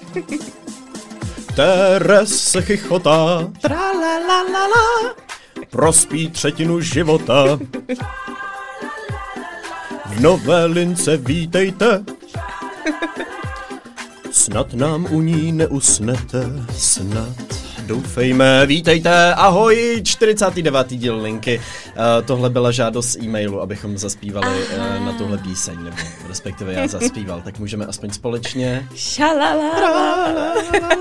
Teres se chichotá, tralalalala, prospí třetinu života. V Nové Lince vítejte, snad nám u ní neusnete, snad. Doufejme, vítejte, ahoj, 49. díl Linky. Tohle byla žádost z e-mailu, abychom zaspívali na tuhle píseň, nebo respektive já zaspíval, tak můžeme aspoň společně. Šalala.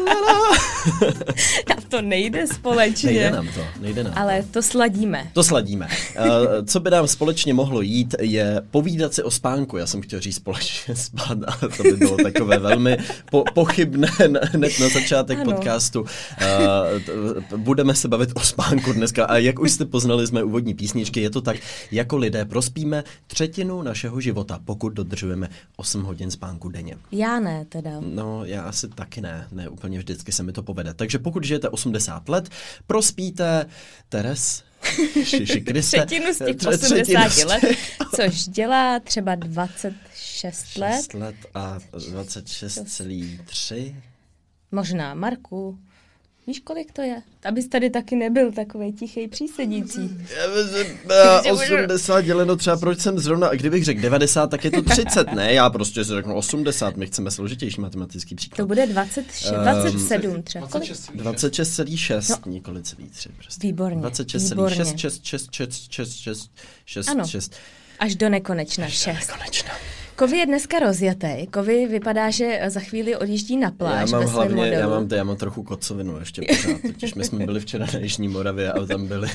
To nejde společně. Nejde nám to. Ale to sladíme. To sladíme. Co by nám společně mohlo jít, je povídat si o spánku. Já jsem chtěl říct společně spát, ale to by bylo takové velmi pochybné hned na začátek podcastu. Budeme se bavit o spánku dneska a jak už jste poznali z mé úvodní písničky, je to tak, jako lidé prospíme třetinu našeho života, pokud dodržujeme 8 hodin spánku denně. Já ne teda. No, já asi taky ne úplně vždycky se mi to povede. Takže pokud žijete 80 let, prospíte, Teres, třetinu z těch 80 let, což dělá třeba 26 let. 6 let a 26,3. Možná, Marku. Víš, kolik to je? Abys tady taky nebyl takovej tichej přísedící. 80 děleno třeba, proč jsem zrovna, kdybych řekl 90, tak je to 30, ne? Já prostě si řeknu 80, my chceme složitější matematický příklad. To bude 27 třeba. 26,6, no. Nikoli celý 3. Prostě. Výborně. 26,6. Ano, až do nekonečna 6. Kovy je dneska rozjatý. Kovy vypadá, že za chvíli odjíždí na pláž. Já mám trochu kocovinu ještě pořád. Totiž my jsme byli včera na Jižní Moravě a tam byly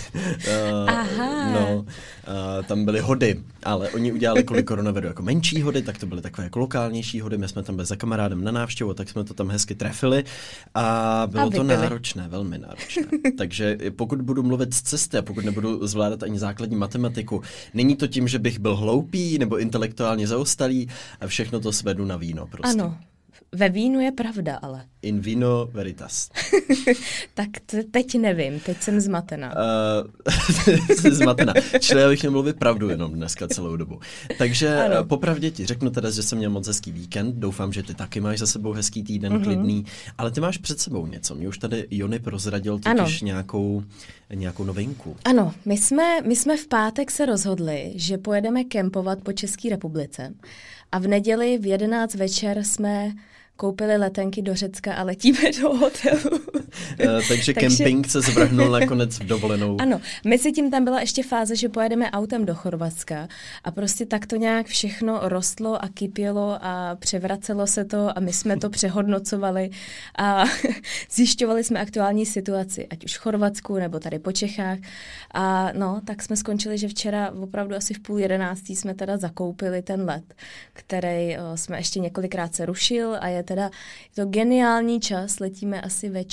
tam byly hody, ale oni udělali kvůli koronaviru jako menší hody, tak to byly takové jako lokálnější hody. My jsme tam byli za kamarádem na návštěvu, tak jsme to tam hezky trefili a bylo to náročné, velmi náročné. Takže pokud budu mluvit z cesty a pokud nebudu zvládat ani základní matematiku, není to tím, že bych byl hloupý nebo intelektuálně zaostalý, a všechno to svedu na víno prostě. Ano, ve vínu je pravda, ale. In vino veritas. Tak teď nevím, teď jsem zmatená. Jsi zmatená. Čili já bych měl mluvit pravdu jenom dneska celou dobu. Takže popravdě ti řeknu teda, že jsem měl moc hezký víkend, doufám, že ty taky máš za sebou hezký týden, klidný, ale ty máš před sebou něco. Mě už tady Jony prozradil totiž nějakou novinku. Ano, my jsme v pátek se rozhodli, že pojedeme kempovat po České republice a v neděli v 11 večer jsme koupili letenky do Řecka a letíme do hotelu. Takže kemping se zvrhnul nakonec v dovolenou. Ano, mezi tím tam byla ještě fáze, že pojedeme autem do Chorvatska a prostě tak to nějak všechno rostlo a kypělo a převracelo se to a my jsme to přehodnocovali a zjišťovali jsme aktuální situaci, ať už v Chorvatsku nebo tady po Čechách. A no, tak jsme skončili, že včera opravdu asi v 10:30 jsme teda zakoupili ten let, který jsme ještě několikrát se rušil a je to geniální čas, letíme asi ve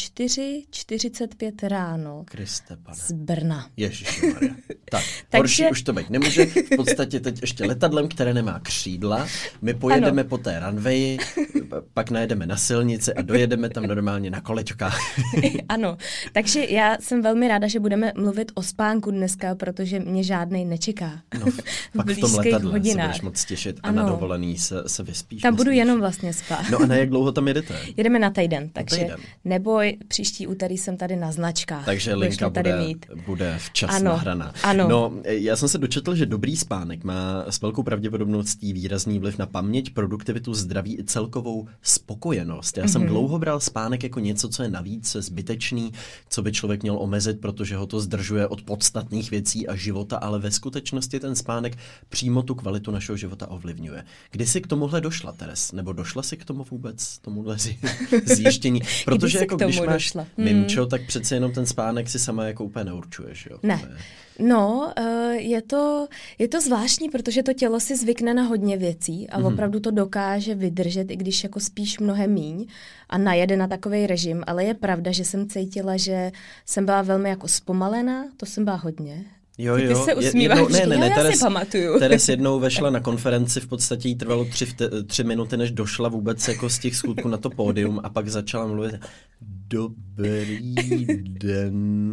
4:45 ráno. Kriste, pane. Z Brna. Ježišmarja. Tak, horší už to být nemůže. V podstatě teď ještě letadlem, které nemá křídla. My pojedeme po té runwayi, pak najedeme na silnici a dojedeme tam normálně na kolečkách. Ano, takže já jsem velmi ráda, že budeme mluvit o spánku dneska, protože mě žádnej nečeká. No, pak v tom letadle hodinách. Se budeš moc těšit a na dovolený se vyspíš. Tam budu jenom vlastně spát. No a na jak dlouho tam jedete? Jedeme na týden, takže neboj, příští úterý jsem tady na značkách. Takže Linka bude včas nahraná. Ano. No, já jsem se dočetl, že dobrý spánek má s velkou pravděpodobností výrazný vliv na paměť, produktivitu, zdraví i celkovou spokojenost. Já jsem dlouho bral spánek jako něco, co je navíc zbytečný, co by člověk měl omezit, protože ho to zdržuje od podstatných věcí a života, ale ve skutečnosti ten spánek přímo tu kvalitu našeho života ovlivňuje. Kdy jsi k tomuhle došla, Teres? Nebo došla si k tomu vůbec, tomuhle zjištění? Protože jako když máš mimčo, tak přece jenom ten spánek si sama jako úplně neurčuješ, jo? Ne. No, je to zvláštní, protože to tělo si zvykne na hodně věcí a opravdu to dokáže vydržet, i když jako spíš mnohem míň a najede na takovej režim, ale je pravda, že jsem cítila, že jsem byla velmi jako zpomalená, to jsem byla hodně. Jo. Ty se usmíváš, já si pamatuju. Teres jednou vešla na konferenci, v podstatě jí trvalo 3 minuty, než došla vůbec jako z těch skutků na to pódium a pak začala mluvit. Dobrý den,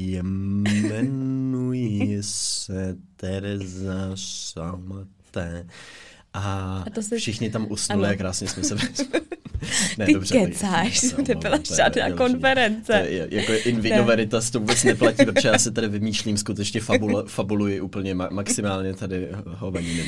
jmenuji se Tereza Samaté. A všichni tam usnuli a krásně jsme se Ty kecáš, to nebyla žádná konference. Jako in vino veritas to vůbec neplatí, protože já si tady vymýšlím, skutečně fabuluji úplně maximálně tady hovaním.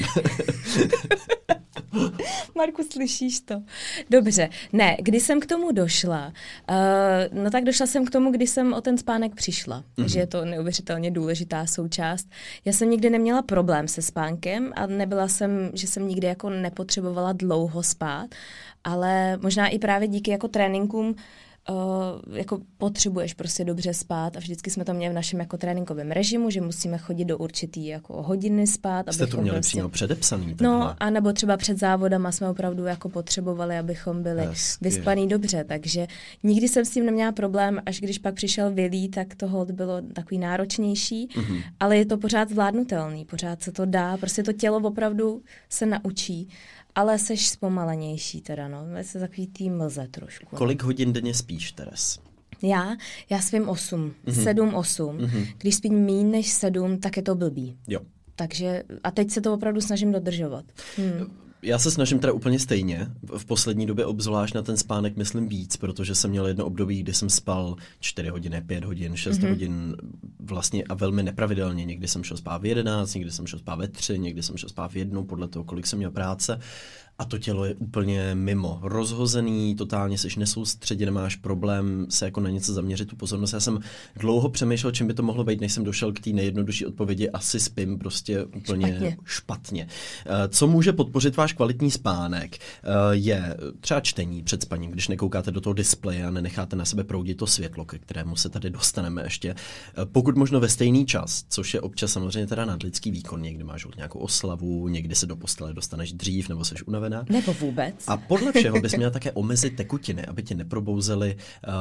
Marku, slyšíš to? Dobře, ne, když jsem k tomu došla, no tak došla jsem k tomu, když jsem o ten spánek přišla, že je to neuvěřitelně důležitá součást. Já jsem nikdy neměla problém se spánkem a nebyla jsem, že jsem nikdy jako nepotřebovala dlouho spát, ale možná i právě díky jako tréninkům jako potřebuješ prostě dobře spát a vždycky jsme to měli v našem jako tréninkovém režimu, že musíme chodit do určitý jako hodiny spát. Jste to měli prostě přímo předepsaný? Takhle. No, anebo třeba před závodama jsme opravdu jako potřebovali, abychom byli vyspaný dobře, takže nikdy jsem s tím neměla problém, až když pak přišel Vilí, tak to hold bylo takový náročnější, ale je to pořád zvládnutelný, pořád se to dá, prostě to tělo opravdu se naučí. Ale seš zpomalenější teda, no. Jsi takový tým mlze trošku. Kolik hodin denně spíš, Teres? Já spím 8, 7-8. Když spím míň než 7, tak je to blbý. Jo. Takže, a teď se to opravdu snažím dodržovat. Já se snažím teda úplně stejně. V poslední době obzvlášť na ten spánek myslím víc, protože jsem měl jedno období, kdy jsem spal 4 hodiny, 5 hodin, 6 hodin vlastně a velmi nepravidelně. Někdy jsem šel spát v 11, někdy jsem šel spát ve 3, někdy jsem šel spát v 1, podle toho, kolik jsem měl práce. A to tělo je úplně mimo. Rozhozený, totálně seš nesoustředěn, máš problém se jako na něco zaměřit tu pozornost. Já jsem dlouho přemýšlel, čím by to mohlo být, než jsem došel k té nejjednodušší odpovědi. Asi spím prostě úplně špatně. Co může podpořit váš kvalitní spánek, je třeba čtení před spaním, když nekoukáte do toho displeje a nenecháte na sebe proudit to světlo, ke kterému se tady dostaneme ještě. Pokud možno ve stejný čas, což je občas samozřejmě teda nadlidský výkon. Někdy máš nějakou oslavu, někdy se do postele dostaneš dřív, nebo seš unavená. Nebo vůbec. A podle všeho bys měla také omezit tekutiny, aby tě neprobouzely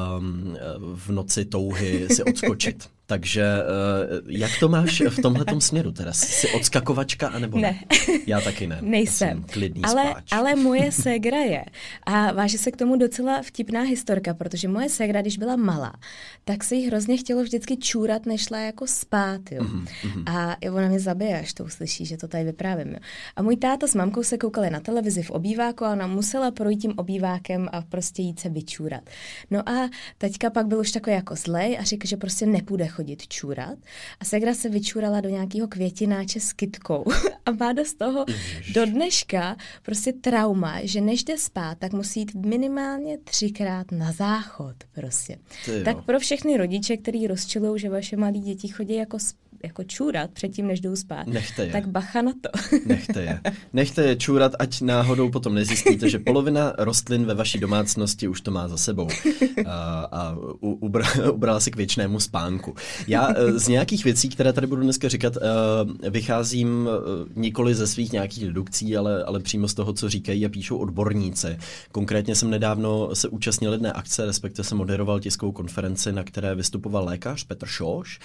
v noci touhy si odskočit. Takže jak to máš v tomhletom směru teda? Jsi odskakovačka, anebo ne? Já taky ne. Nejsem. Klidný spáč. Ale moje ségra je. A váže se k tomu docela vtipná historka, protože moje ségra, když byla malá, tak se jí hrozně chtělo vždycky čůrat, než šla jako spát. Jo. A ona mě zabije, až to uslyší, že to tady vyprávím. Jo. A můj táta s mamkou se koukali na televizi v obýváku a ona musela projít tím obývákem a prostě jít se vyčůrat. No a teďka pak byl už takový jako zlej a řekl, že prostě nepůjde chodit čůrat. A ségra se vyčůrala do nějakého květináče s kytkou. A má z toho do dneška prostě trauma, že než jde spát, tak musí jít minimálně 3krát na záchod. Prostě. Tak pro všechny rodiče, kteří rozčilujou, že vaše malí děti chodí jako čůrat předtím, než jdou spát, tak bacha na to. Nechte je čůrat, ať náhodou potom nezjistíte, že polovina rostlin ve vaší domácnosti už to má za sebou a ubrala si k věčnému spánku. Já z nějakých věcí, které tady budu dneska říkat, vycházím nikoli ze svých nějakých dedukcí, ale přímo z toho, co říkají a píšou odborníci. Konkrétně jsem nedávno se účastnil jedné akce, respektive jsem moderoval tiskovou konferenci, na které vystupoval lékař Petr Šoš,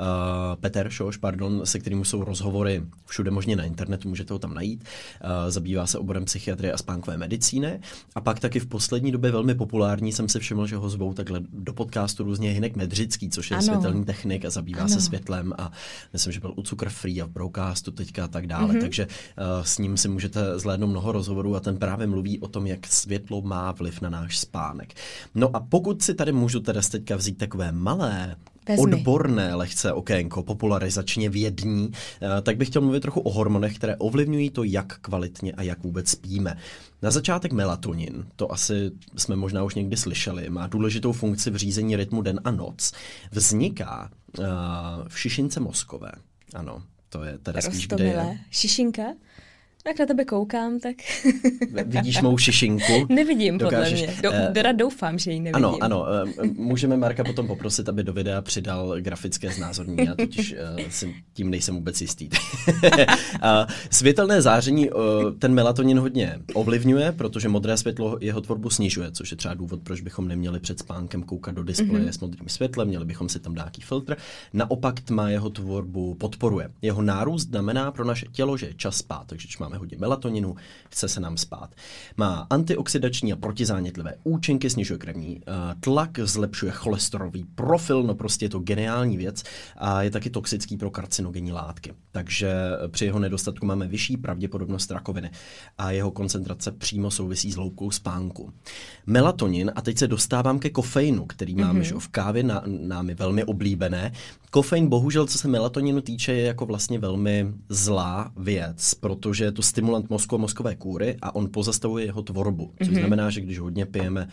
se kterým jsou rozhovory všude možně na internetu, můžete ho tam najít. Zabývá se oborem psychiatrie a spánkové medicíny. A pak taky v poslední době velmi populární jsem si všiml, že ho zvou takhle do podcastu různě Hynek Medřický, což je světelný technik a zabývá se světlem a myslím, že byl u Cukr Free a v Broadcastu teďka a tak dále. Takže s ním si můžete zhlédnout mnoho rozhovorů a ten právě mluví o tom, jak světlo má vliv na náš spánek. No a pokud si tady můžu teda teďka vzít takové malé odborné lehce okénko, popularizačně vědní, tak bych chtěl mluvit trochu o hormonech, které ovlivňují to, jak kvalitně a jak vůbec spíme. Na začátek melatonin, to asi jsme možná už někdy slyšeli, má důležitou funkci v řízení rytmu den a noc. Vzniká v šišince mozkové. Ano, to je teda spíš, kde je. Šišinka? Jak na tebe koukám, tak... Vidíš mou šišinku? Nevidím, podle mě. Doufám, že ji nevidím. Ano. Můžeme Marka potom poprosit, aby do videa přidal grafické znázornění. Já totiž si tím nejsem vůbec jistý. Světelné záření ten melatonin hodně ovlivňuje, protože modré světlo jeho tvorbu snižuje, což je třeba důvod, proč bychom neměli před spánkem koukat do displeje s modrým světlem, měli bychom si tam dát nějaký filtr. Naopak tma jeho tvorbu podporuje. Jeho nárůst znamená pro naše tělo, že je čas spát, takže když máme máme hodně melatoninu, chce se nám spát. Má antioxidační a protizánětlivé účinky, snižuje krevní tlak, zlepšuje cholesterolový profil, no prostě je to geniální věc a je taky toxický pro karcinogenní látky. Takže při jeho nedostatku máme vyšší pravděpodobnost rakoviny a jeho koncentrace přímo souvisí s hloubkou spánku. Melatonin, a teď se dostávám ke kofeinu, který máme v kávě námi velmi oblíbené. Kofein bohužel, co se melatoninu týče, je jako vlastně velmi zlá věc, protože je to stimulant mozku a mozkové kůry a on pozastavuje jeho tvorbu. Což znamená, že když hodně pijeme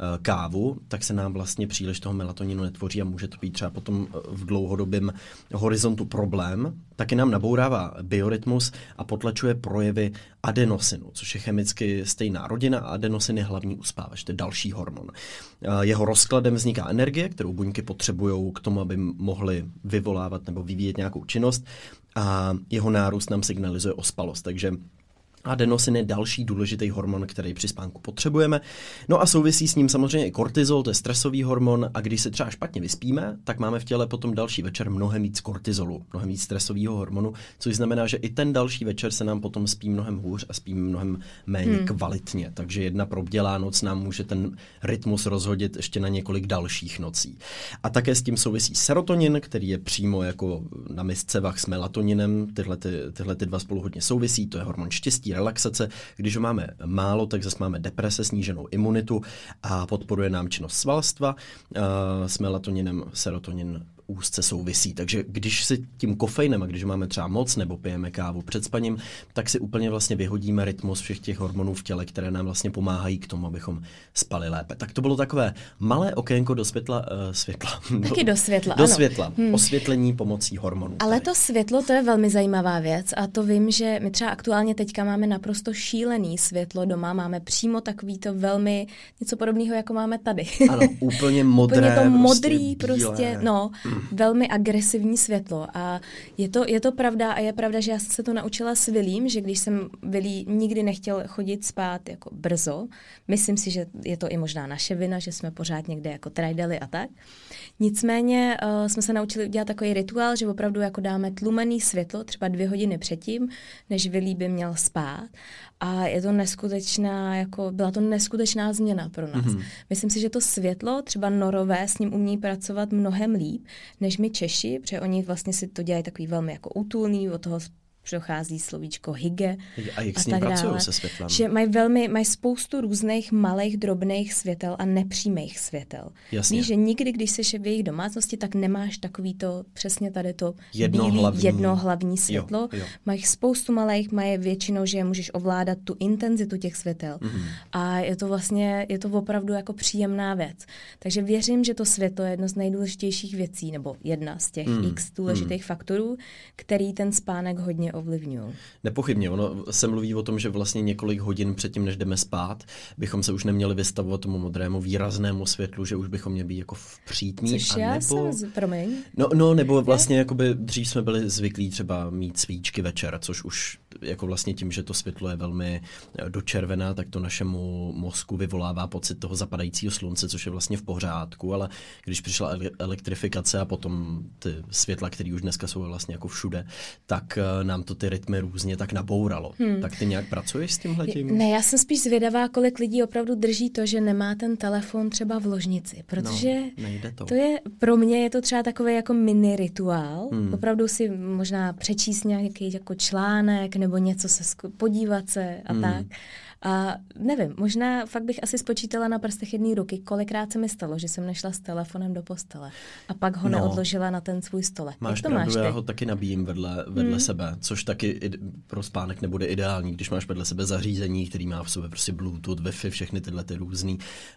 kávu, tak se nám vlastně příliš toho melatoninu netvoří a může to být třeba potom v dlouhodobém horizontu problém. Taky nám nabourává biorytmus a potlačuje projevy adenosinu, což je chemicky stejná rodina a adenosin je hlavní uspávač, to je další hormon. Jeho rozkladem vzniká energie, kterou buňky potřebují k tomu, aby mohly vyvolávat nebo vyvíjet nějakou činnost a jeho nárůst nám signalizuje ospalost, takže adenosin je další důležitý hormon, který při spánku potřebujeme. No a souvisí s ním samozřejmě i kortizol, to je stresový hormon a když se třeba špatně vyspíme, tak máme v těle potom další večer mnohem víc kortizolu, mnohem víc stresového hormonu, což znamená, že i ten další večer se nám potom spí mnohem hůř a spí mnohem méně kvalitně. Takže jedna probdělá noc nám může ten rytmus rozhodit ještě na několik dalších nocí. A také s tím souvisí serotonin, který je přímo jako na misce vah s melatoninem. Tyhle dva spolu hodně souvisí, to je hormon štěstí, relaxace. Když ho máme málo, tak zase máme deprese, sníženou imunitu a podporuje nám činnost svalstva. S melatoninem serotonin úzce souvisí. Takže když si tím kofeinem a když máme třeba moc nebo pijeme kávu před spaním, tak si úplně vlastně vyhodíme rytmus všech těch hormonů v těle, které nám vlastně pomáhají k tomu, abychom spali lépe. Tak to bylo takové malé okénko do světla. Taky do světla, do ano. světla. Osvětlení pomocí hormonů. Ale to světlo, to je velmi zajímavá věc a to vím, že my třeba aktuálně teďka máme naprosto šílený světlo doma, máme přímo takový to velmi něco podobného, jako máme tady. Ano, úplně modré, úplně to modrý, prostě velmi agresivní světlo a je to pravda a je pravda, že já jsem se to naučila s Vilím, že když jsem Vilí nikdy nechtěl chodit spát jako brzo, myslím si, že je to i možná naše vina, že jsme pořád někde jako trajdali a tak. Nicméně jsme se naučili udělat takový rituál, že opravdu jako dáme tlumený světlo třeba 2 hodiny předtím, než Vilí by měl spát. A je to byla to neskutečná změna pro nás. Myslím si, že to světlo, třeba Norové s ním umí pracovat mnohem líp, než my Češi, protože oni vlastně si to dělají takový velmi jako útulný, od toho prochází slovíčko hygge a jak s ním pracují se světlem? Že mají spoustu různých malých, drobných světel a nepřímých světel. Jasně. Víš, že nikdy, když jsi v jejich domácnosti, tak nemáš takový to, přesně tady to jedno hlavní světlo. Jo. Mají spoustu malých, mají většinou, že je můžeš ovládat tu intenzitu těch světel. A je to opravdu jako příjemná věc. Takže věřím, že to světlo je jedno z nejdůležitějších věcí, nebo jedna z těch x důležitých faktorů, který ten spánek hodně ovlivňují. Nepochybně, ono se mluví o tom, že vlastně několik hodin předtím, než jdeme spát, bychom se už neměli vystavovat tomu modrému výraznému světlu, že už bychom měli být jako v přítmí. Což já jsem, promiň. No, nebo vlastně jakoby dřív jsme byli zvyklí třeba mít svíčky večer, což už jako vlastně tím, že to světlo je velmi dočervená, tak to našemu mozku vyvolává pocit toho zapadajícího slunce, což je vlastně v pořádku, ale když přišla elektrifikace a potom ty světla, které už dneska jsou vlastně jako všude, tak nám to ty rytmy různě tak nabouralo. Tak ty nějak pracuješ s tímhletím? Ne, já jsem spíš zvědavá, kolik lidí opravdu drží to, že nemá ten telefon třeba v ložnici, protože nejde to. Pro mě je to třeba takový jako mini rituál. Opravdu si možná přečíst nějaký jako článek nebo něco podívat se a tak. A nevím, možná fakt bych asi spočítala na prstech jedné ruky, kolikrát se mi stalo, že jsem nešla s telefonem do postele a pak ho neodložila na ten svůj stolek. Máš pravdu, já ho taky nabíjím vedle sebe, což taky pro spánek nebude ideální, když máš vedle sebe zařízení, který má v sobě prostě Bluetooth, Wi-Fi, všechny tyhle ty různé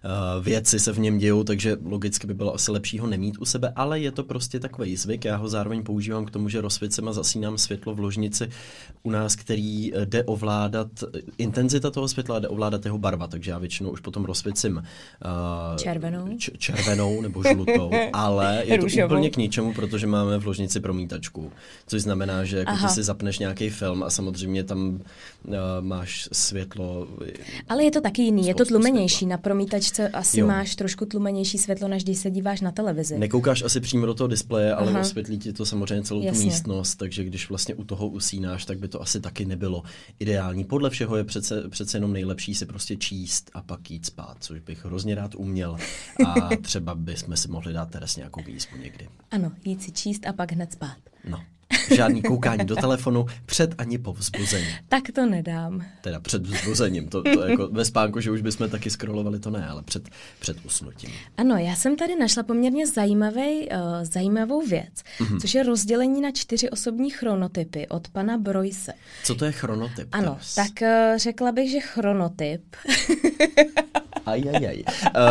věci se v něm dějou, takže logicky by bylo asi lepší ho nemít u sebe, ale je to prostě takový zvyk. Já ho zároveň používám k tomu, že rozsvícím a zasínám světlo v ložnici u nás, který jde ovládat intenzita toho světla světla, jde ovládat jeho barva, takže já většinou už potom rozsvěcím červenou nebo žlutou, ale je to růžovou. úplně k ničemu, protože máme v ložnici promítačku, což znamená, že jako ty si zapneš nějaký film a samozřejmě tam máš světlo. Ale je to taky jiný, je to tlumenější. Světla. Na promítačce asi máš trošku tlumenější světlo, než když se díváš na televizi. Nekoukáš asi přímo do toho displeje, ale osvětlí ti to samozřejmě celou Jasně. tu místnost, takže když vlastně u toho usínáš, tak by to asi taky nebylo ideální. Podle všeho je přece jenom nejlepší si prostě číst a pak jít spát, což bych hrozně rád uměl a třeba bychom si mohli dát teraz nějakou výzvu někdy. Ano, jít si číst a pak hned spát. No, žádný koukání do telefonu před ani po vzbuzení. Tak to nedám. Teda před vzbuzením, to jako ve spánku, že už bychom taky scrollovali, to ne, ale před usnutím. Ano, já jsem tady našla poměrně zajímavou věc, což je rozdělení na 4 osobní chronotypy od pana Broyse. Co to je chronotyp? Ano, tak řekla bych, že chronotyp... Ajajaj.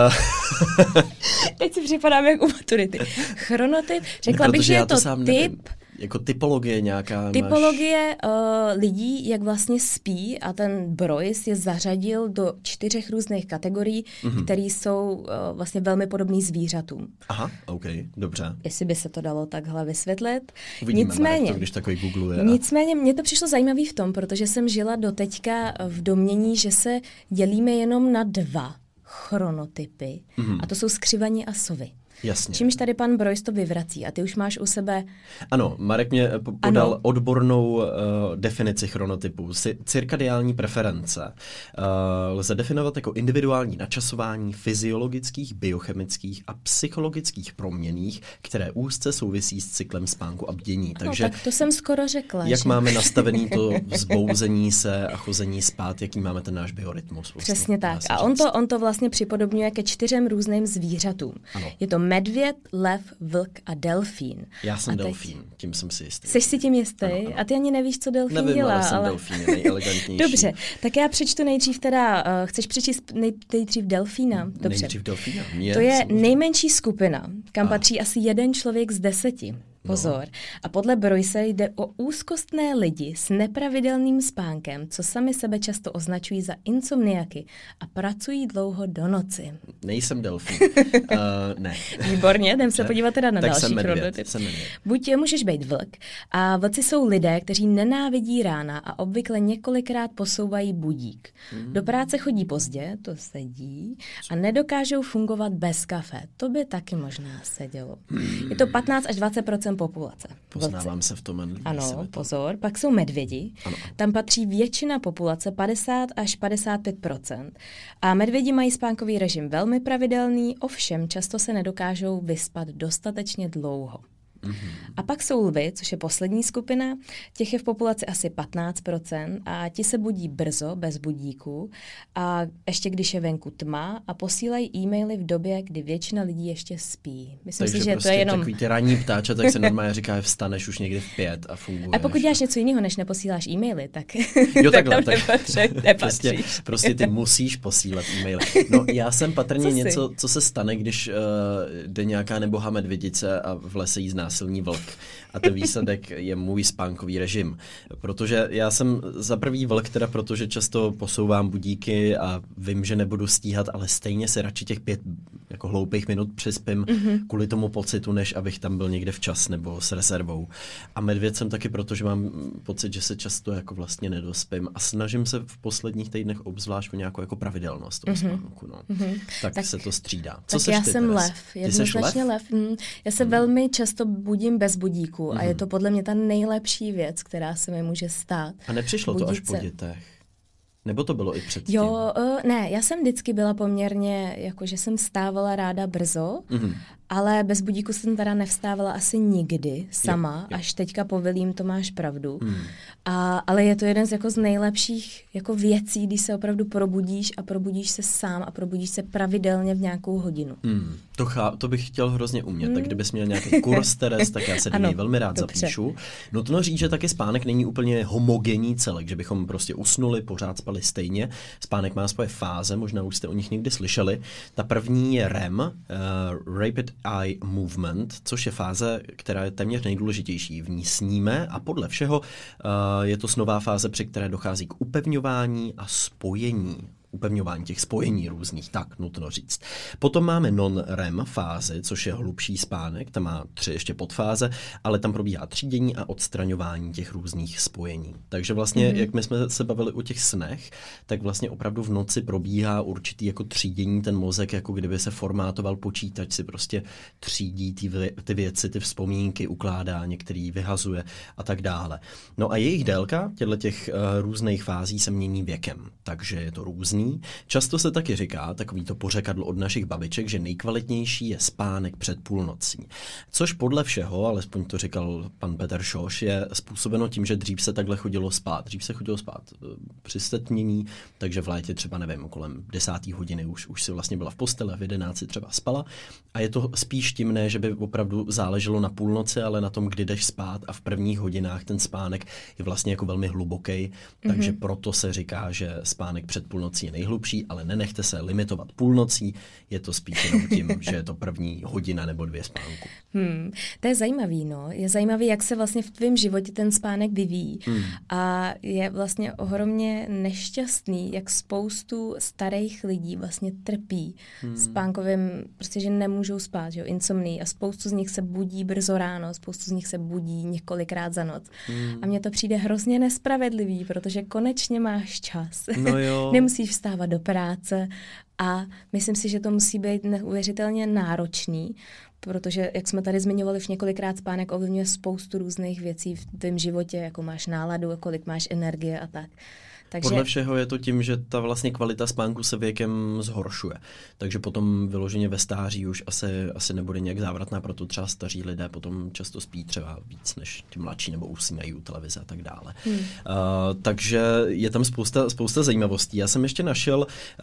Teď si připadám jak u maturity. Chronotyp, řekla bych, že je to typ... Nevím. Jako typologie nějaká. Typologie lidí, jak vlastně spí, a ten Broyse je zařadil do 4 různých kategorií, které jsou vlastně velmi podobný zvířatům. Aha, OK, dobře. Jestli by se to dalo takhle vysvětlit. Uvidíme, Nicméně, Marek, to, když takový googluje. Nicméně mně to přišlo zajímavý v tom, protože jsem žila doteďka v domnění, že se dělíme jenom na 2 chronotypy, a to jsou skřivani a sovy. Jasně. Čímž tady pan Broyse to vyvrací a ty už máš u sebe... Ano, Marek mě podal odbornou definici chronotypu. Cirkadiální preference lze definovat jako individuální načasování fyziologických, biochemických a psychologických proměnných, které úzce souvisí s cyklem spánku a bdění. Takže tak to jsem skoro řekla. Jak že? máme nastavený to vzbouzení se a chození spát, jaký máme ten náš biorytmus. Vlastně, přesně tak. A on to vlastně připodobňuje ke 4 různým zvířatům. Ano. Je to medvěd, lev, vlk a delfín. Já jsem delfín, tím jsem si jistý. Jsi si tím jistý? Ano. A ty ani nevíš, co delfín Nevím, dělá. Ale jsem delfín, nejelegantnější. Dobře, tak já přečtu nejdřív teda, chceš přečíst nejdřív delfína? Dobře. Nejdřív delfína. To je nejmenší skupina, kam patří asi 1 člověk z 10. Pozor. No. A podle Broyse jde o úzkostné lidi s nepravidelným spánkem, co sami sebe často označují za insomniaky a pracují dlouho do noci. Nejsem delfín. Ne. Výborně, jdem se podívat teda na tak další chronotyp. Buď můžeš být vlk. A vlci jsou lidé, kteří nenávidí rána a obvykle několikrát posouvají budík. Do práce chodí pozdě, to sedí, a nedokážou fungovat bez kafe. To by taky možná sedělo. Je to 15 až 20% populace. Poznávám se v tom. Ano, pozor. Pak jsou medvědi. Ano. Tam patří většina populace, 50 až 55%. A medvědi mají spánkový režim velmi pravidelný, ovšem často se nedokážou vyspat dostatečně dlouho. A pak jsou lvy, což je poslední skupina, těch je v populaci asi 15% a ti se budí brzo, bez budíku a ještě když je venku tma a posílají e-maily v době, kdy většina lidí ještě spí. Myslím takže si, že prostě to je jenom... takový ty ranní ptáče, tak se normálně říká, že vstaneš už někdy v 5 a funguje. A pokud děláš něco jiného, než neposíláš e-maily, tak, jo, tak tam nepatříš. Prostě ty musíš posílat e-maily. No já jsem patrně něco, co se stane, když jde nějaká nebohá medvědice a v lese jí znásilní vlk. A ten výsledek je můj spánkový režim. Protože já jsem za prvý vlk, teda protože často posouvám budíky a vím, že nebudu stíhat, ale stejně se radši těch 5 jako hloupých minut přispím kvůli tomu pocitu, než abych tam byl někde včas nebo s rezervou. A medvěd jsem taky, protože mám pocit, že se často jako vlastně nedospím a snažím se v posledních týdnech obzvlášť o nějakou jako pravidelnost toho spánku. No. Tak se to střídá. Co tak já jsem lev. Jednoznačně lev. Já se velmi často budím bez budíku a je to podle mě ta nejlepší věc, která se mi může stát. A nepřišlo to až po dětech? Nebo to bylo i předtím? Jo, ne, já jsem vždycky byla poměrně, jakože jsem vstávala ráda brzo, ale bez budíku jsem teda nevstávala asi nikdy sama, jo. Až teďka povilím, to máš pravdu. Ale je to jeden z nejlepších jako věcí, když se opravdu probudíš a probudíš se sám a probudíš se pravidelně v nějakou hodinu. To bych chtěl hrozně umět, tak kdybys měl nějaký kurz, Teres, tak já se do něj velmi rád zapíšu. Nutno říct, že taky spánek není úplně homogenní celek, že bychom prostě usnuli, pořád spali stejně. Spánek má svoje fáze, možná už jste o nich někdy slyšeli. Ta první je REM, Rapid eye movement, což je fáze, která je téměř nejdůležitější. V ní sníme a podle všeho je to snová fáze, při které dochází k upevňování a upevňování těch spojení různých, tak nutno říct. Potom máme non-REM fázi, což je hlubší spánek, tam má 3 ještě podfáze, ale tam probíhá třídění a odstraňování těch různých spojení. Takže vlastně, jak my jsme se bavili o těch snech, tak vlastně opravdu v noci probíhá určitý jako třídění, ten mozek, jako kdyby se formátoval počítač, si prostě třídí ty věci, ty vzpomínky, ukládá, některý vyhazuje a tak dále. No a jejich délka těch různých fází se mění věkem, takže je to různý. Často se taky říká, takový to pořekadlo od našich babiček, že nejkvalitnější je spánek před půlnocí. Což podle všeho, alespoň to říkal pan Petr Šoš, je způsobeno tím, že dřív se takhle chodilo spát. Dřív se chodilo spát při stmnění, takže v létě třeba, nevím, kolem 10. hodiny už si vlastně byla v posteli a v 11 třeba spala. A je to spíš tím, ne, že by opravdu záleželo na půlnoci, ale na tom, kdy jdeš spát a v prvních hodinách ten spánek je vlastně jako velmi hluboký, takže proto se říká, že spánek před půlnocí je nejhlubší, ale nenechte se limitovat půlnocí, je to spíš jenom tím, že je to první hodina nebo 2 spánku. To je zajímavý, no. Je zajímavý, jak se vlastně v tvém životě ten spánek vyvíjí. A je vlastně ohromně nešťastný, jak spoustu starých lidí vlastně trpí spánkovým, prostě, že nemůžou spát, že jo, insomnii. A spoustu z nich se budí brzo ráno, spoustu z nich se budí několikrát za noc. A mně to přijde hrozně nespravedlivý, protože konečně máš čas. No jo. Nemusíš vstávat do práce a myslím si, že to musí být neuvěřitelně náročný, protože, jak jsme tady zmiňovali už několikrát, spánek ovlivňuje spoustu různých věcí v tvém životě, jako máš náladu, kolik máš energie a tak. Takže... Podle všeho je to tím, že ta vlastně kvalita spánku se věkem zhoršuje. Takže potom vyloženě ve stáří už asi nebude nějak závratná, proto třeba staří lidé potom často spí třeba víc než ti mladší nebo usínají u televize a tak dále. Takže je tam spousta zajímavostí. Já jsem ještě našel,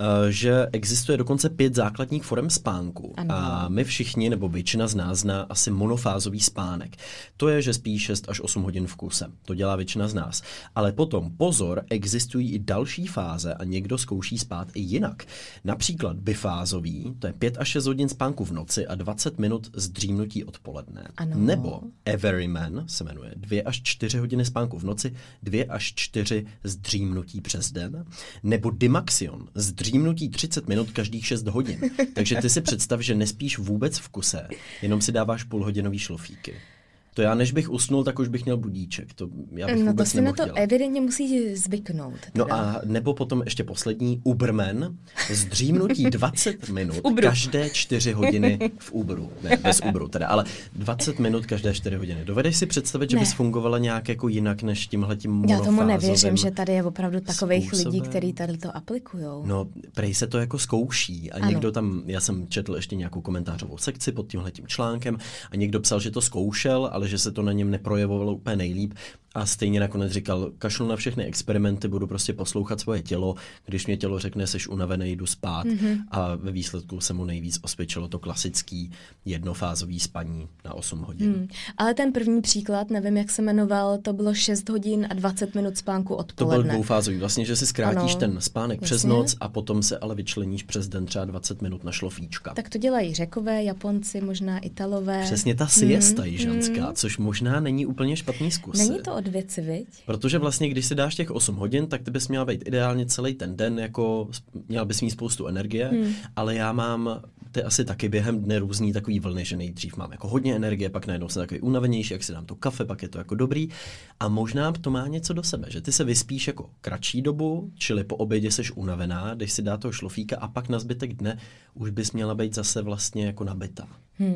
že existuje dokonce 5 základních forem spánku. Ano. A my všichni, nebo většina z nás zná asi monofázový spánek. To je, že spí 6 až 8 hodin v kuse. To dělá většina z nás. Ale potom, pozor, existují i další fáze a někdo zkouší spát i jinak. Například bifázový, to je 5 až 6 hodin spánku v noci a 20 minut zdřímnutí odpoledne. Ano. Nebo Everyman se jmenuje 2 až 4 hodiny spánku v noci, 2 až 4 zdřímnutí přes den. Nebo Dimaxion, zdřímnutí 30 minut každých 6 hodin. Takže ty si představ, že nespíš vůbec v kuse, jenom si dáváš půlhodinový šlofíky. To já, než bych usnul, tak už bych měl budíček. To já bych vůbec to si na to dělat. evidentně musí zvyknout. Teda. No a nebo potom ještě poslední, Uberman, zdřímnutí 20 minut každé 4 hodiny v Uberu. Ne, bez Uberu teda, ale 20 minut každé 4 hodiny. Dovedeš si představit, že bys fungovala nějak jako jinak než tímhletím monofázovým? Já tomu nevěřím, že tady je opravdu takových lidí, kteří tady to aplikujou. No, prej se to jako zkouší a někdo tam, já jsem četl ještě nějakou komentářovou sekci pod tímhletím článkem a někdo psal, že to zkoušel, ale že se to na něm neprojevovalo úplně nejlíp. A stejně nakonec říkal, kašlu na všechny experimenty, budu prostě poslouchat svoje tělo, když mě tělo řekne, seš unavený, jdu spát a ve výsledku se mu nejvíc osvědčilo to klasický jednofázový spaní na 8 hodin. Ale ten první příklad, nevím, jak se jmenoval, to bylo 6 hodin a 20 minut spánku odpoledne. To byl dvoufázový, vlastně, že si zkrátíš ten spánek přes noc a potom se ale vyčleníš přes den třeba 20 minut na šlofíčka. Tak to dělají Řekové, Japonci, možná Italové. Přesně ta siesta jižanská, což možná není úplně špatný zkus. Není to od věci, viď? Protože vlastně, když si dáš těch 8 hodin, tak ty bys měla být ideálně celý ten den, jako měla bys mít spoustu energie, ale já mám ty asi taky během dne různý takový vlny, že nejdřív mám jako hodně energie, pak najednou jsem takový unavenější, jak si dám to kafe, pak je to jako dobrý a možná to má něco do sebe, že ty se vyspíš jako kratší dobu, čili po obědě seš unavená, když si dá toho šlofíka a pak na zbytek dne už bys měla být zase vlastně jako nabitá.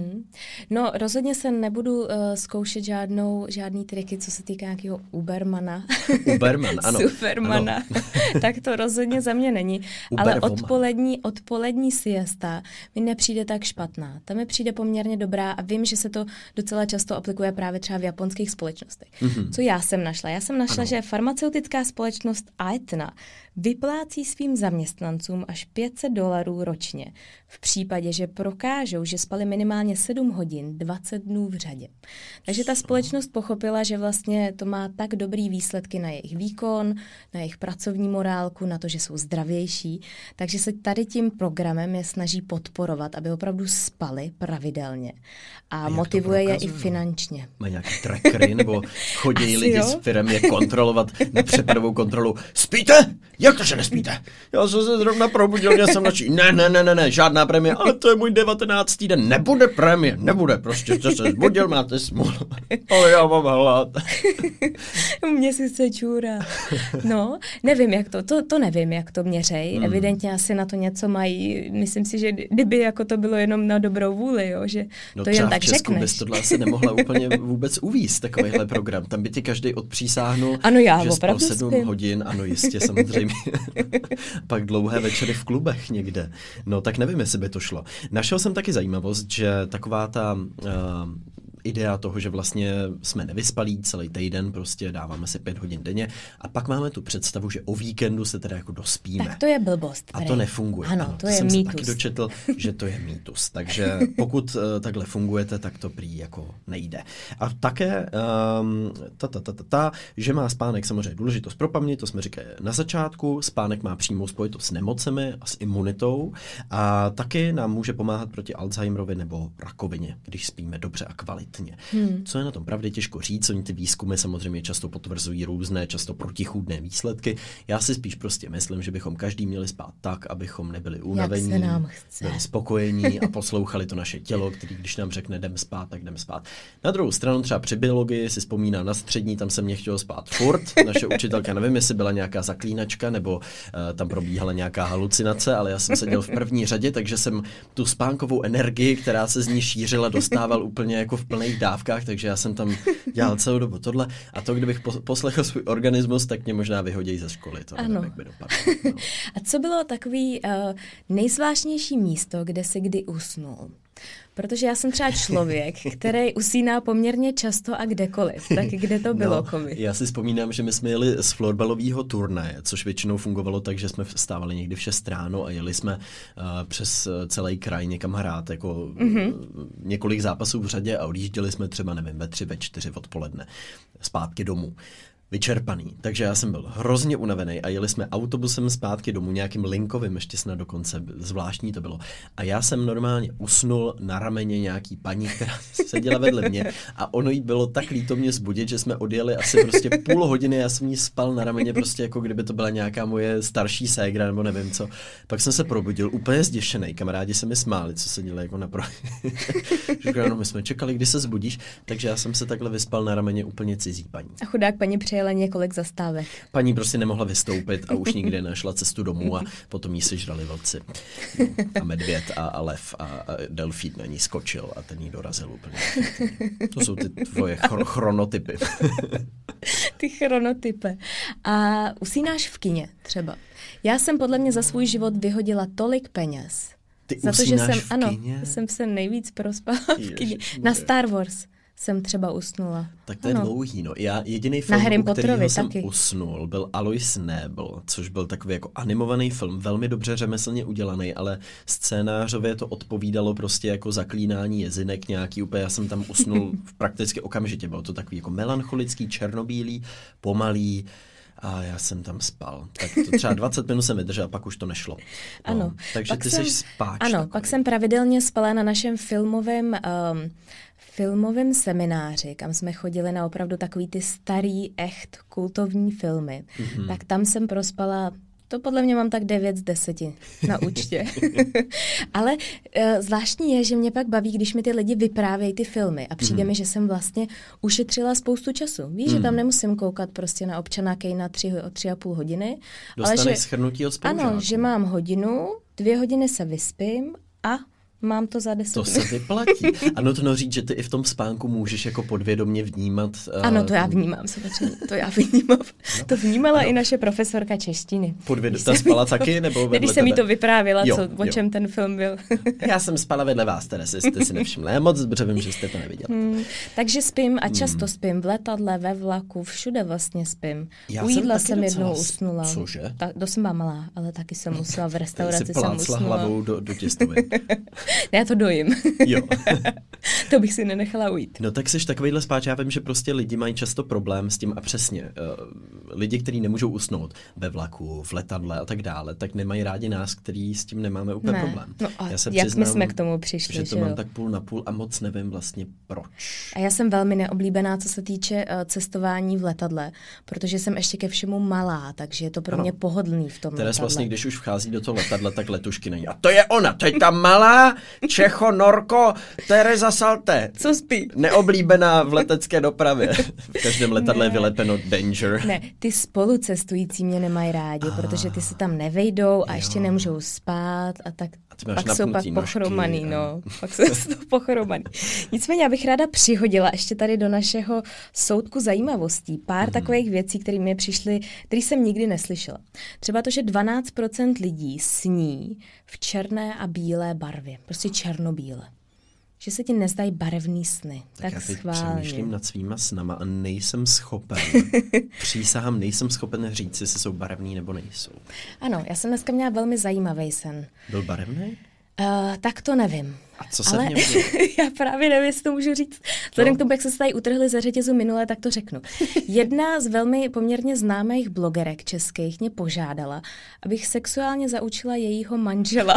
No rozhodně se nebudu zkoušet žádný triky, co se týká nějakého Ubermana. Uberman, ano. Supermana. Ano. Tak to rozhodně za mě není. Ale odpolední siesta mi nepřijde tak špatná. Ta mi přijde poměrně dobrá a vím, že se to docela často aplikuje právě třeba v japonských společnostech. Co já jsem našla? Já jsem našla, že farmaceutická společnost Aetna vyplácí svým zaměstnancům až $500 ročně v případě, že prokážou, že spali minimálně 7 hodin 20 dnů v řadě. Takže ta společnost pochopila, že vlastně to má tak dobrý výsledky na jejich výkon, na jejich pracovní morálku, na to, že jsou zdravější, takže se tady tím programem je snaží podporovat. motivovat, aby opravdu spali pravidelně. A motivuje je i finančně. Mají nějaký trackery, nebo chodí lidi s firem je kontrolovat na přepadovou kontrolu. Spíte? Jak to, že nespíte? Já jsem se zrovna probudil, měl jsem noční. Ne, žádná prémie, ale to je můj 19. den. Nebude prémie, nebude, prostě jste se zbudil, máte smůlu. Ale já mám hlad. Mně si se čůra. No, nevím, jak to nevím, jak to měřej. Evidentně asi na to něco mají. Myslím si, že kdyby jako to bylo jenom na dobrou vůli, jo, že to jen tak řekneš. No třeba v Česku bys tohle asi nemohla úplně vůbec uvízt, takovýhle program. Tam by ti každý odpřísáhnul, že spal 7 hodin, ano jistě, samozřejmě. Pak dlouhé večery v klubech někde. No tak nevím, jestli by to šlo. Našel jsem taky zajímavost, že taková ta idea toho, že vlastně jsme nevyspalí celý týden, prostě dáváme si 5 hodin denně a pak máme tu představu, že o víkendu se teda jako dospíme. Tak to je blbost. A to nefunguje. Ano, to je jsem mýtus. Se taky dočetl, že to je mýtus. Takže pokud takhle fungujete, tak to prý jako nejde. A také že má spánek samozřejmě důležitost pro paměť, to jsme říkali na začátku, spánek má přímou spojitost s nemocemi a s imunitou a taky nám může pomáhat proti Alzheimerovi nebo rakovině, když spíme dobře a kvalitně. Co je na tom pravdy, těžko říct, oni ty výzkumy samozřejmě často potvrzují různé, často protichůdné výsledky. Já si spíš prostě myslím, že bychom každý měli spát tak, abychom nebyli unavení, byli spokojení a poslouchali to naše tělo, který když nám řekne jdem spát, tak jdem spát. Na druhou stranu třeba při biologii si vzpomíná na střední, tam jsem mě chtěl spát furt. Naše učitelka, nevím, jestli byla nějaká zaklínačka nebo tam probíhala nějaká halucinace, ale já jsem seděl v první řadě, takže jsem tu spánkovou energii, která se z ní šířila, dostával úplně jako v plných dávkách, takže já jsem tam dělal celou dobu tohle a to, kdybych poslechl svůj organismus, tak mě možná vyhodí ze školy. To nevím, jak by dopadlo. No. A co bylo takový nejzvláštnější místo, kde jsi kdy usnul? Protože já jsem třeba člověk, který usíná poměrně často a kdekoliv. Tak kde to bylo, Kovi? Já si vzpomínám, že my jsme jeli z florbalového turnaje, což většinou fungovalo tak, že jsme vstávali někdy v 6 ráno a jeli jsme přes celý kraj někam hrát, jako několik zápasů v řadě a odjížděli jsme třeba, nevím, ve 3, ve 4 odpoledne zpátky domů. Vyčerpaný. Takže já jsem byl hrozně unavený a jeli jsme autobusem zpátky domů, nějakým linkovým, ještě snad dokonce, zvláštní to bylo. A já jsem normálně usnul na rameně nějaký paní, která seděla vedle mě a ono jí bylo tak líto mě zbudit, že jsme odjeli asi prostě půl hodiny, já jsem jí spal na rameně prostě jako kdyby to byla nějaká moje starší ségra nebo nevím co. Pak jsem se probudil úplně zděšený, kamarádi se mi smáli, co se děli jako Říkali, no my jsme čekali, kdy se zbudíš, takže já jsem se takhle vyspal na rameně úplně cizí paní. A chudák paní přejela několik zastávek. Paní prostě nemohla vystoupit a už nikdy našla cestu domů a potom jí sežrali vlci. No, a medvěd a lev a delfín na ní skočil a ten jí dorazil úplně. To jsou ty tvoje chronotypy. Ty chronotypy. A usínáš v kině třeba? Já jsem podle mě za svůj život vyhodila tolik peněz. Ty za to, že jsem, v kině? jsem se nejvíc prospala v kině. Na Star Wars jsem třeba usnula. Tak to je dlouhý, no. Já jediný film, u kterého jsem usnul, byl Alois Nebel, což byl takový jako animovaný film, velmi dobře řemeslně udělaný, ale scénářově to odpovídalo prostě jako zaklínání jezinek nějaký úplně, já jsem tam usnul prakticky okamžitě, bylo to takový jako melancholický, černobílý, pomalý, a já jsem tam spal. Tak to třeba 20 minut jsem vydržel, pak už to nešlo. No, ano. Takže ty jsi spáč. Ano, takový. Pak jsem pravidelně spala na našem filmovém semináři, kam jsme chodili na opravdu takový ty starý, kultovní filmy. Mm-hmm. Tak tam jsem prospala, to podle mě mám tak 9 z 10 na účtě. Ale zvláštní je, že mě pak baví, když mi ty lidi vyprávějí ty filmy a přijde mi, že jsem vlastně ušetřila spoustu času. Víš, že tam nemusím koukat prostě na Občana Kejna 3,5 hodiny. Dostaneš shrnutí od spolužáků. Ano, že mám hodinu, 2 hodiny se vyspím a mám to za 10 To se vyplatí. A nutno říct, že ty i v tom spánku můžeš jako podvědomě vnímat. Ano, to já vnímám samozřejmě. To já vnímám. No. To vnímala i naše profesorka češtiny. Ta spala taky? Nebo vedle když jsem jí to vyprávěla, o čem ten film byl. Já jsem spala vedle vás, teda jste si nevšimla. Já moc dobře vím, že jste to neviděla. Takže spím a často spím v letadle, ve vlaku, všude vlastně spím. U jídla jsem jednou usnula. Cože? To jsem byla malá, ale taky jsem musela v restauraci jsem usnula. Hlavou do těstoviny. Já to dojím. Jo. To bych si nenechala ujít. No tak jsi takovejhle spáč, já vím, že prostě lidi mají často problém s tím a přesně. Lidi, kteří nemůžou usnout ve vlaku, v letadle a tak dále, tak nemají rádi nás, který s tím nemáme úplně problém. No a já se jak přiznám, my jsme k tomu přišli? Že to mám tak půl na půl a moc nevím vlastně proč. A já jsem velmi neoblíbená, co se týče cestování v letadle, protože jsem ještě ke všemu malá, takže je to pro mě pohodlný v tom Teraz letadle. vlastně, když už vchází do toho letadla, tak letušky není. A to je ona, to je ta malá Čecho Norko Tereza Salte. Co spí? Neoblíbená v letecké dopravě. V každém letadle je vylepeno danger. Ne, ty spolucestující mě nemají rádi, protože ty se tam nevejdou a ještě nemůžou spát a tak. Pak jsou pak pochromaný, no. Pak jsou z toho pochromaný. Nicméně já bych ráda přihodila ještě tady do našeho soudku zajímavostí pár takových věcí, které mi přišly, které jsem nikdy neslyšela. Třeba to, že 12% lidí sní v černé a bílé barvě. Prostě černobíle. Že se ti nezdají barevný sny. Tak já teď schválně. přemýšlím nad svýma snama a nejsem schopen. Přísahám, nejsem schopen říct, jestli jsou barevný nebo nejsou. Ano, já jsem dneska měla velmi zajímavý sen. Byl barevný? Tak to nevím. A co se v něm dělo? Já právě nevím, jestli to můžu říct. Vzhledem k tomu, jak se tady utrhli ze řetězu minule, tak to řeknu. Jedna z velmi poměrně známých blogerek českých mě požádala, abych sexuálně zaučila jejího manžela.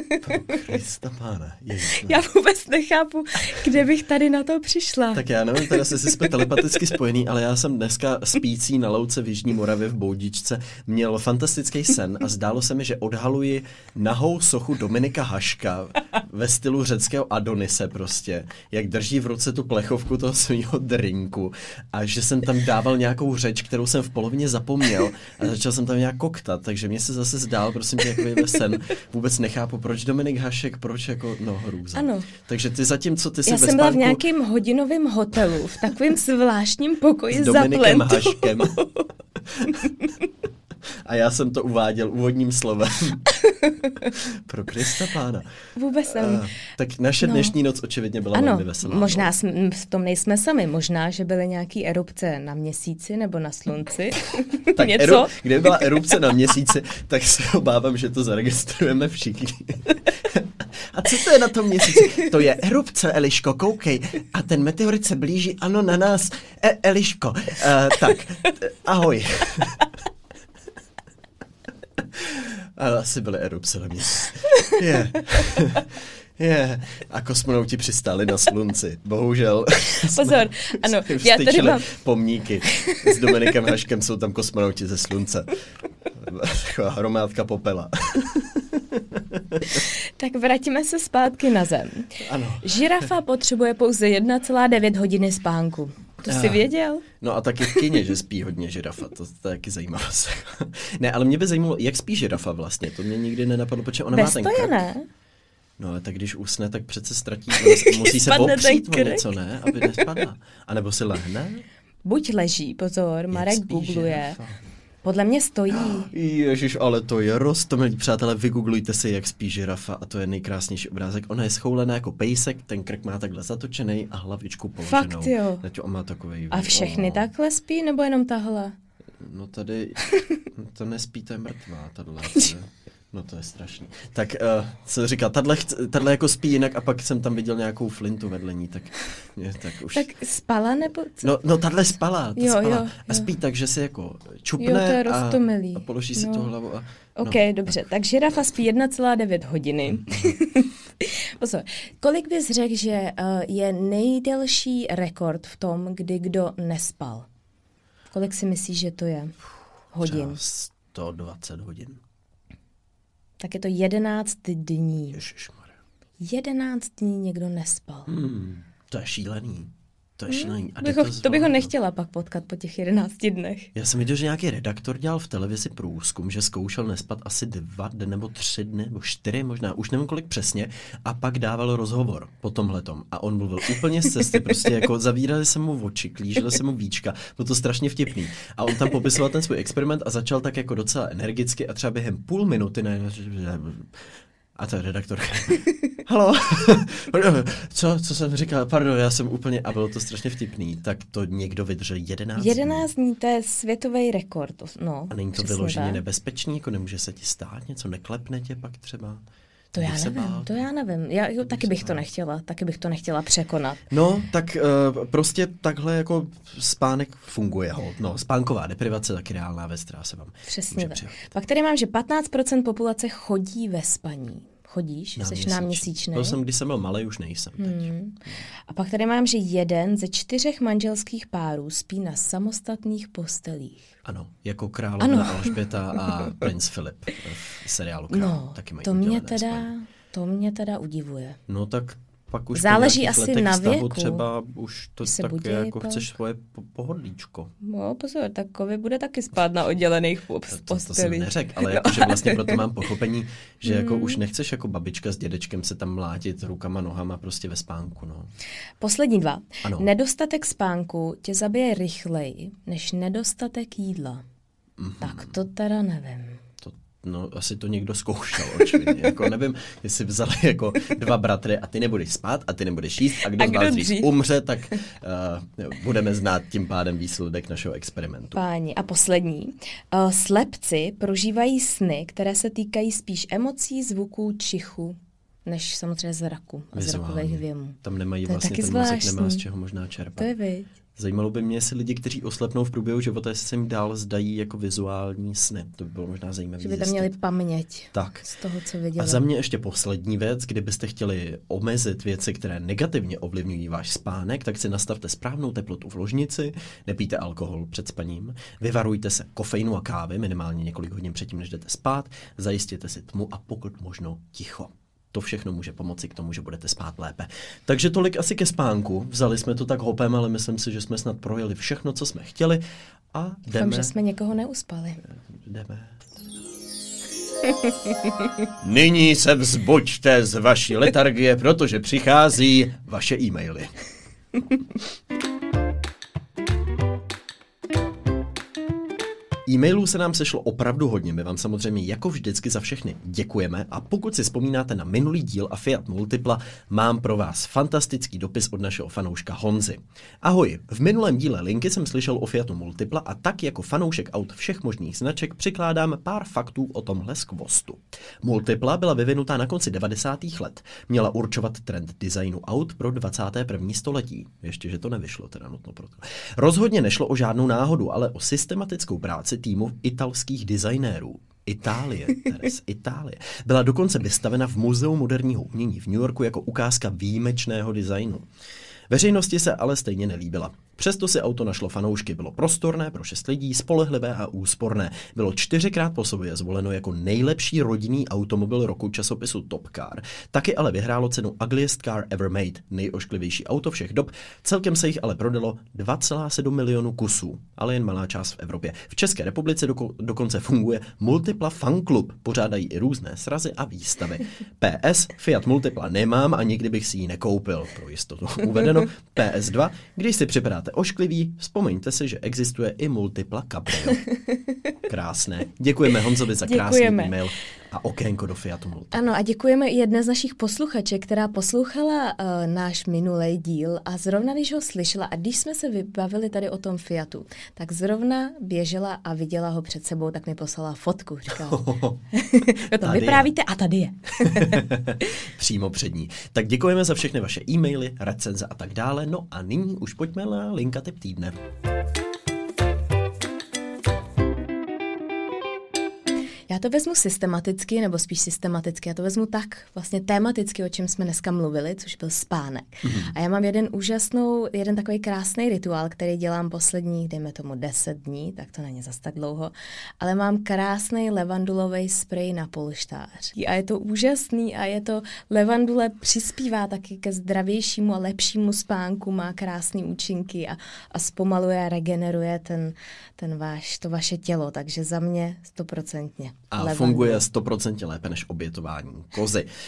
Kristapáne, já vůbec nechápu, kde bych tady na to přišla. Tak já nevím, teda jestli jsme telepaticky spojený, ale já jsem dneska spící na louce v Jižní Moravě v Boudičce měl fantastický sen a zdálo se mi, že odhaluji nahou sochu Dominika Haška ve stylu řeckého Adonise prostě, jak drží v ruce tu plechovku toho svého drinku a že jsem tam dával nějakou řeč, kterou jsem v polovině zapomněl a začal jsem tam nějak koktat, takže mě se zase zdál, prosím tě, takovýhle sen. Vůbec nechápu, proč Dominik Hašek, proč jako, no hrůza. Ano. Takže ty zatímco ty si já ve jsem byla v spánku nějakém hodinovém hotelu, v takovém zvláštním pokoji s za Dominikem plentou. Haškem. A já jsem to uváděl úvodním slovem. Pro Krista pána. Vůbec nevím. Tak naše dnešní noc očividně byla velmi veselá. Možná v tom nejsme sami. Možná, že byly nějaký erupce na Měsíci nebo na Slunci. Tak něco? Kdyby byla erupce na Měsíci, tak se obávám, že to zaregistrujeme všichni. A co to je na tom Měsíci? To je erupce, Eliško, koukej. A ten meteorit se blíží, ano, na nás. Eliško, tak, ahoj. Ale asi byly erupce na Měsíci. A kosmonauti přistáli na Slunci. Bohužel. Pozor, ano, já tady mám pomníky. S Dominikem Haškem jsou tam kosmonauti ze Slunce. Hromádka popela. Tak vrátíme se zpátky na Zem. Ano. Žirafa potřebuje pouze 1,9 hodiny spánku. To jsi věděl? No a taky v kině, že spí hodně žirafa, to je taky zajímavé. Ne, ale mě by zajímalo, jak spí žirafa vlastně, to mě nikdy nenapadlo, protože ona má ten krk. ne? No ale tak když usne, tak přece ztratí, musí se opřít o něco, ne, aby nespadla. A nebo si lehne? Buď leží, pozor, Marek googluje. Podle mě stojí. Ježiš, ale to je rost. Milí přátelé, vygooglujte si, jak spí žirafa a to je nejkrásnější obrázek. Ona je schoulená jako pejsek, ten krk má takhle zatočený a hlavičku položenou. Fakt jo. On má takovej, a všechny takhle spí, nebo jenom tahle? No tady, to nespí, to je mrtvá, tahle. No to je strašný. Tak co říkal, tahle jako spí jinak a pak jsem tam viděl nějakou flintu vedle ní, tak už. Tak spala nebo co? No tahle spala, spala. Jo. A spí tak, že si jako čupne a položí si tu hlavu a... OK, dobře, tak žirafa spí 1,9 hodiny. Pozor, kolik bys řekl, že je nejdelší rekord v tom, kdy kdo nespal? Kolik si myslíš, že to je hodin? 120 hodin. Tak je to 11 dní. Ježišmarja. 11 dní někdo nespal. To je šílený. To je šílený. To bych ho nechtěla pak potkat po těch 11 dnech. Já jsem viděl, že nějaký redaktor dělal v televizi průzkum, že zkoušel nespat asi 2 dny, nebo 3 dny, nebo 4 možná, už nevím kolik přesně, a pak dával rozhovor po tomhletom. A on mluvil úplně z cesty, prostě jako zavírali se mu oči, klížili se mu víčka, bylo to strašně vtipný. A on tam popisoval ten svůj experiment a začal tak jako docela energicky a třeba během půl minuty, a to je redaktorka. Halo, co jsem říkal, pardon, já jsem úplně, a bylo to strašně vtipný, tak to někdo vydržel 11 dní. 11 dní, to je světový rekord. No, a není to vyloženě nebezpečný, jako nemůže se ti stát něco, neklepne tě pak třeba? To já nevím. Taky bych to nechtěla překonat. No, tak prostě takhle jako spánek funguje. No, spánková deprivace je taky reálná věc, která se vám přesně tak. Pak tady mám, že 15% populace chodí ve spaní. Chodíš? Jsi náměsíčný? To jsem, když jsem byl malej, už nejsem teď. A pak tady mám, že 1 ze 4 manželských párů spí na samostatných postelích. Ano, jako královna Alžběta a princ Filip v seriálu Král. Taky mají to mě teda udivuje. No tak pak už záleží asi na věku. Třeba už to tak jako chceš svoje pohodlíčko. No pozor, takový bude taky spát na oddělených postelích. To jsem neřekl, ale jakože vlastně proto mám pochopení, že jako už nechceš jako babička s dědečkem se tam mlátit rukama, nohama prostě ve spánku. No. Poslední 2. Ano. Nedostatek spánku tě zabije rychleji než nedostatek jídla. Tak to teda nevím. No, asi to někdo zkoušel, očividně. Jako nevím, jestli vzali jako 2 bratry a ty nebudeš spát a ty nebudeš jíst a kdo z vás dřív umře, tak budeme znát tím pádem výsledek našeho experimentu. Páni, a poslední. Slepci prožívají sny, které se týkají spíš emocí, zvuků, čichu, než samozřejmě zraku a zrakových věmů. Tam nemají vlastně, ten mozek nemá z čeho možná čerpat. To je viď. Zajímalo by mě, jestli lidi, kteří oslepnou v průběhu života, jestli se jim dál zdají jako vizuální sny. To by bylo možná zajímavé. Že by tam měli paměť tak. Z toho, co viděli. A za mě ještě poslední věc, kdybyste chtěli omezit věci, které negativně ovlivňují váš spánek, tak si nastavte správnou teplotu v ložnici, nepijte alkohol před spaním, vyvarujte se kofeinu a kávy minimálně několik hodin předtím, než jdete spát, zajistěte si tmu a pokud možno ticho. To všechno může pomoci k tomu, že budete spát lépe. Takže tolik asi ke spánku. Vzali jsme to tak hopem, ale myslím si, že jsme snad projeli všechno, co jsme chtěli a jdeme. Doufám, že jsme někoho neuspali. Jdeme. Nyní se vzbuďte z vaší letargie, protože přichází vaše e-maily. E-mailů se nám sešlo opravdu hodně, my vám samozřejmě jako vždycky za všechny děkujeme a pokud si vzpomínáte na minulý díl a Fiat Multipla, mám pro vás fantastický dopis od našeho fanouška Honzy. Ahoj, v minulém díle Linky jsem slyšel o Fiatu Multipla a tak jako fanoušek aut všech možných značek přikládám pár faktů o tomhle skvostu. Multipla byla vyvinutá na konci 90. let, měla určovat trend designu aut pro 21. století. Ještě, že to nevyšlo, teda nutno proto. Rozhodně nešlo o žádnou náhodu, ale o systematickou práci týmu italských designérů. Itálie. Byla dokonce vystavena v Muzeu moderního umění v New Yorku jako ukázka výjimečného designu. Veřejnosti se ale stejně nelíbila. Přesto si auto našlo fanoušky. Bylo prostorné pro 6 lidí, spolehlivé a úsporné. Bylo 4krát po sobě zvoleno jako nejlepší rodinný automobil roku časopisu Top Car. Taky ale vyhrálo cenu Ugliest Car Ever Made, nejošklivější auto všech dob. Celkem se jich ale prodalo 2,7 milionu kusů, ale jen malá část v Evropě. V České republice dokonce funguje Multipla Fan Club. Pořádají i různé srazy a výstavy. PS, Fiat Multipla nemám a nikdy bych si ji nekoupil. Pro jistotu uvedeno. PS2, když si připadáte ošklivý, vzpomeňte si, že existuje i Multipla Cabrio. Krásné. Děkujeme Honzovi za krásný e-mail a okénko do Fiatu Multipla. Ano a děkujeme i jedné z našich posluchaček, která poslouchala náš minulý díl a zrovna když ho slyšela a když jsme se vybavili tady o tom Fiatu, tak zrovna běžela a viděla ho před sebou, tak mi poslala fotku. Říkala, o tom vyprávíte a tady je. Přímo před ní. Tak děkujeme za všechny vaše e-maily, recenze a tak dále. No a nyní už pojďme na Linka tip týdne. Já to vezmu systematicky, nebo spíš systematicky, já to vezmu tak vlastně tematicky, o čem jsme dneska mluvili, což byl spánek. A já mám jeden takový krásný rituál, který dělám posledních, dejme tomu 10 dní, tak to není zas tak dlouho, ale mám krásný levandulový sprej na polštář. A je to úžasný a levandule přispívá taky ke zdravějšímu a lepšímu spánku, má krásné účinky a zpomaluje a regeneruje to vaše tělo, takže za mě 100%. A funguje 100% lépe než obětování kozy.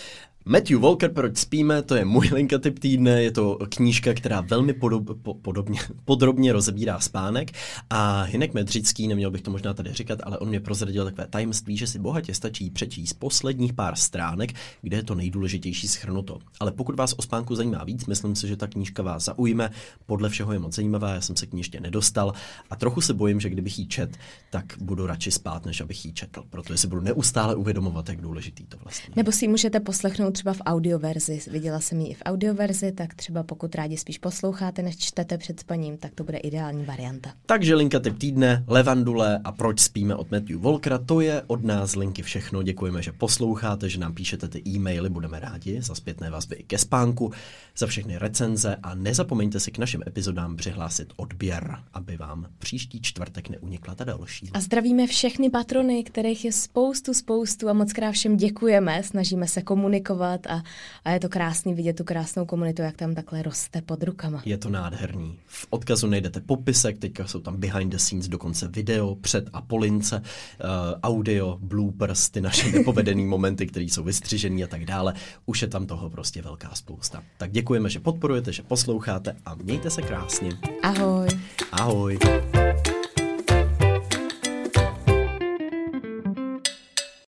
Matthew Walker, Proč spíme, to je můj linkatip týdne, je to knížka, která velmi podrobně rozebírá spánek a Hynek Medřický, neměl bych to možná tady říkat, ale on mě prozradil takové tajemství, že si bohatě stačí přečíst posledních pár stránek, kde je to nejdůležitější shrnuto. Ale pokud vás o spánku zajímá víc, myslím si, že ta knížka vás zaujme, podle všeho je moc zajímavá, já jsem se k ní ještě nedostal a trochu se bojím, že kdybych jí čet, tak budu radši spát, než abych jí četl, protože si budu neustále uvědomovat, jak důležitý to vlastně. Nebo si ji můžete poslechnout třeba v audioverzi. Viděla jsem ji i v audioverzi, tak třeba pokud rádi spíš posloucháte, než čtete před spaním, tak to bude ideální varianta. Takže linkatip týdne, Levandule a Proč spíme od Matthew Walkera, to je od nás linky všechno. Děkujeme, že posloucháte, že nám píšete ty e-maily, budeme rádi za zpětné vazby i ke spánku, za všechny recenze a nezapomeňte si k našim epizodám přihlásit odběr, aby vám příští čtvrtek neunikla ta další. A zdravíme všechny patrony, kterých je spoustu a moc krát všem děkujeme, snažíme se komunikovat a je to krásný vidět tu krásnou komunitu, jak tam takhle roste pod rukama. Je to nádherný. V odkazu najdete popisek, teďka jsou tam behind the scenes, dokonce video před a po lince, audio, bloopers, ty naše nepovedený momenty, které jsou vystřižený a tak dále. Už je tam toho prostě velká spousta. Tak děkujeme, že podporujete, že posloucháte a mějte se krásně. Ahoj. Ahoj.